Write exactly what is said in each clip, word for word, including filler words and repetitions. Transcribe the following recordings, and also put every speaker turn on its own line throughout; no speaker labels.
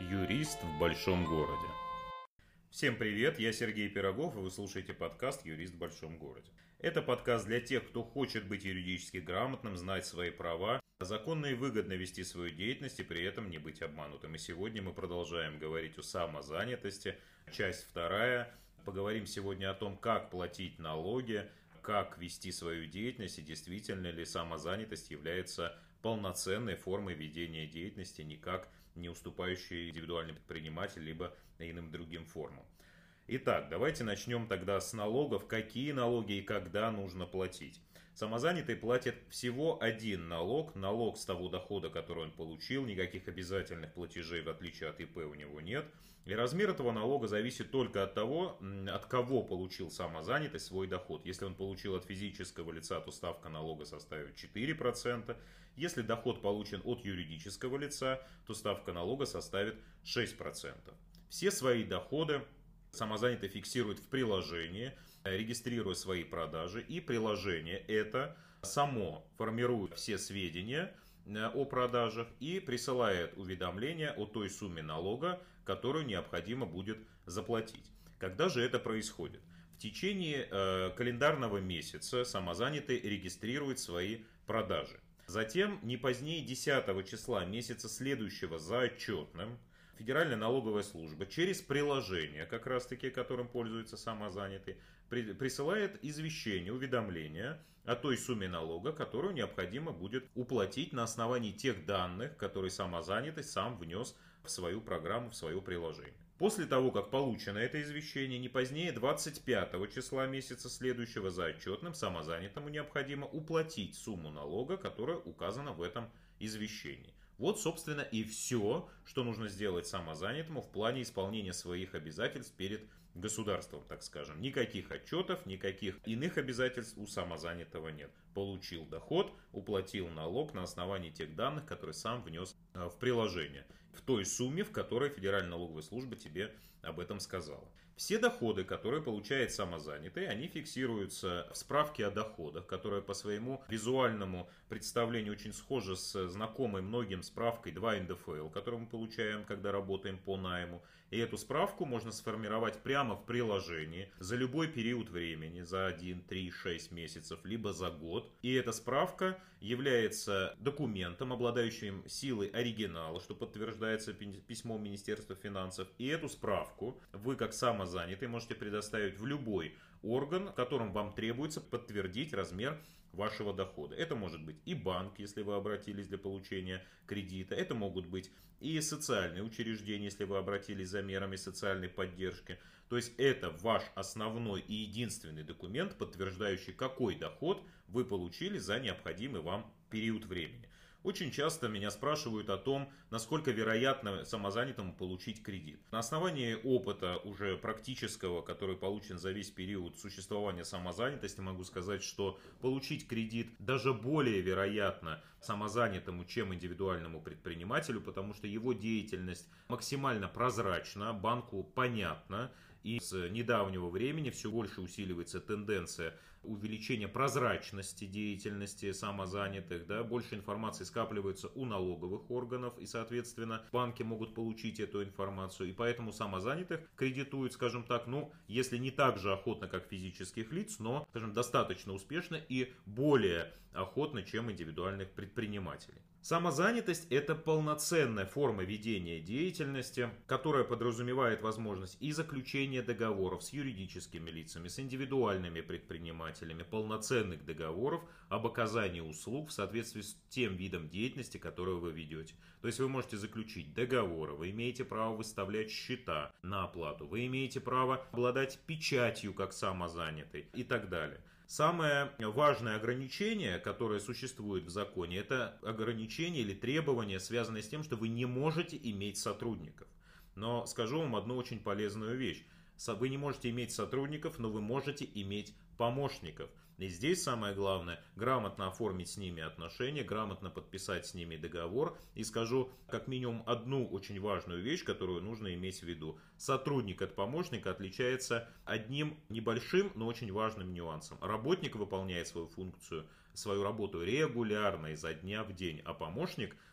Юрист в большом городе. Всем привет, я Сергей Пирогов, и вы слушаете подкаст «Юрист в большом городе». Это подкаст для тех, кто хочет быть юридически грамотным, знать свои права, законно и выгодно вести свою деятельность и при этом не быть обманутым. И сегодня мы продолжаем говорить о самозанятости. Часть вторая. Поговорим сегодня о том, как платить налоги, как вести свою деятельность и действительно ли самозанятость является полноценной формой ведения деятельности, никак не уступающей индивидуальный предприниматель либо иным другим формам. Итак, давайте начнем тогда с налогов. Какие налоги и когда нужно платить? Самозанятый платит всего один налог, налог с того дохода, который он получил, никаких обязательных платежей в отличие от ИП у него нет. И размер этого налога зависит только от того, от кого получил самозанятый свой доход. Если он получил от физического лица, то ставка налога составит четыре процента. Если доход получен от юридического лица, то ставка налога составит шесть процентов. Все свои доходы самозанятый фиксирует в приложении, регистрируя свои продажи, и приложение это само формирует все сведения о продажах и присылает уведомление о той сумме налога, которую необходимо будет заплатить. Когда же это происходит? В течение э, календарного месяца самозанятый регистрирует свои продажи. Затем, не позднее десятого числа месяца следующего за отчетным, Федеральная налоговая служба через приложение, как раз таки, которым пользуется самозанятый, присылает извещение, уведомление о той сумме налога, которую необходимо будет уплатить на основании тех данных, которые самозанятый сам внес в свою программу, в свое приложение. После того, как получено это извещение, не позднее двадцать пятого числа месяца следующего за отчетным, самозанятому необходимо уплатить сумму налога, которая указана в этом извещении. Вот, собственно, и все, что нужно сделать самозанятому в плане исполнения своих обязательств перед государством, так скажем. Никаких отчетов, никаких иных обязательств у самозанятого нет. Получил доход, уплатил налог на основании тех данных, которые сам внес в приложение, в той сумме, в которой Федеральная налоговая служба тебе об этом сказала. Все доходы, которые получает самозанятый, они фиксируются в справке о доходах, которая по своему визуальному представлению очень схожа с знакомой многим справкой два эн дэ эф эл, которую мы получаем, когда работаем по найму. И эту справку можно сформировать прямо в приложении за любой период времени, за один, три, шесть месяцев, либо за год. И эта справка является документом, обладающим силой оригинала, что подтверждается письмом Министерства финансов. И эту справку вы, как самозанятый, можете предоставить в любой орган, в котором вам требуется подтвердить размер вашего дохода. Это может быть и банк, если вы обратились для получения кредита. Это могут быть и социальные учреждения, если вы обратились за мерами социальной поддержки. То есть это ваш основной и единственный документ, подтверждающий, какой доход вы получили за необходимый вам период времени. Очень часто меня спрашивают о том, насколько вероятно самозанятому получить кредит. На основании опыта уже практического, который получен за весь период существования самозанятости, могу сказать, что получить кредит даже более вероятно самозанятому, чем индивидуальному предпринимателю, потому что его деятельность максимально прозрачна, банку понятна, и с недавнего времени все больше усиливается тенденция увеличения прозрачности деятельности самозанятых, да, больше информации скапливается у налоговых органов, и, соответственно, банки могут получить эту информацию, и поэтому самозанятых кредитуют, скажем так, ну, если не так же охотно, как физических лиц, но, скажем, достаточно успешно и более охотно, чем индивидуальных предпринимателей. Самозанятость – это полноценная форма ведения деятельности, которая подразумевает возможность и заключения договоров с юридическими лицами, с индивидуальными предпринимателями, полноценных договоров об оказании услуг в соответствии с тем видом деятельности, которую вы ведете. То есть вы можете заключить договоры, вы имеете право выставлять счета на оплату, вы имеете право обладать печатью как самозанятый и так далее. Самое важное ограничение, которое существует в законе, это ограничение или требование, связанное с тем, что вы не можете иметь сотрудников. Но скажу вам одну очень полезную вещь. Вы не можете иметь сотрудников, но вы можете иметь помощников. И здесь самое главное – грамотно оформить с ними отношения, грамотно подписать с ними договор. И скажу как минимум одну очень важную вещь, которую нужно иметь в виду. Сотрудник от помощника отличается одним небольшим, но очень важным нюансом. Работник выполняет свою функцию, свою работу регулярно, изо дня в день, а помощник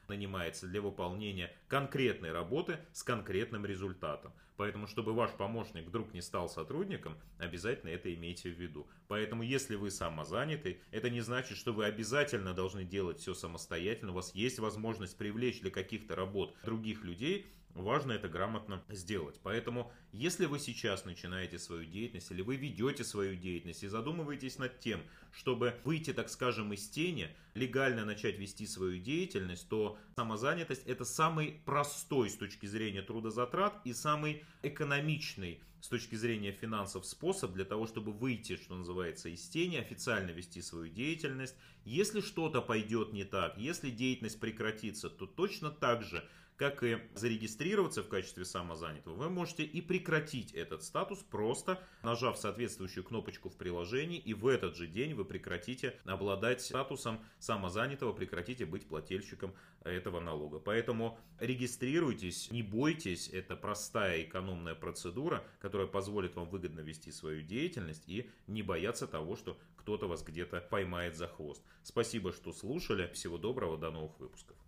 нанимается для выполнения конкретной работы с конкретным результатом. Поэтому, чтобы ваш помощник вдруг не стал сотрудником, обязательно это имейте в виду. Поэтому, если вы самозанятый, это не значит, что вы обязательно должны делать все самостоятельно. У вас есть возможность привлечь для каких-то работ других людей. Важно это грамотно сделать. Поэтому, если вы сейчас начинаете свою деятельность, или вы ведете свою деятельность и задумываетесь над тем, чтобы выйти, так скажем, из тени, легально начать вести свою деятельность, то самозанятость – это самый простой с точки зрения трудозатрат и самый экономичный с точки зрения финансов способ для того, чтобы выйти, что называется, из тени, официально вести свою деятельность. Если что-то пойдет не так, если деятельность прекратится, то точно так же, как и зарегистрироваться в качестве самозанятого, вы можете и прекратить этот статус, просто нажав соответствующую кнопочку в приложении, и в этот же день вы прекратите обладать статусом самозанятого, прекратите быть плательщиком этого налога. Поэтому регистрируйтесь, не бойтесь, это простая экономная процедура, которая позволит вам выгодно вести свою деятельность и не бояться того, что кто-то вас где-то поймает за хвост. Спасибо, что слушали. Всего доброго, до новых выпусков.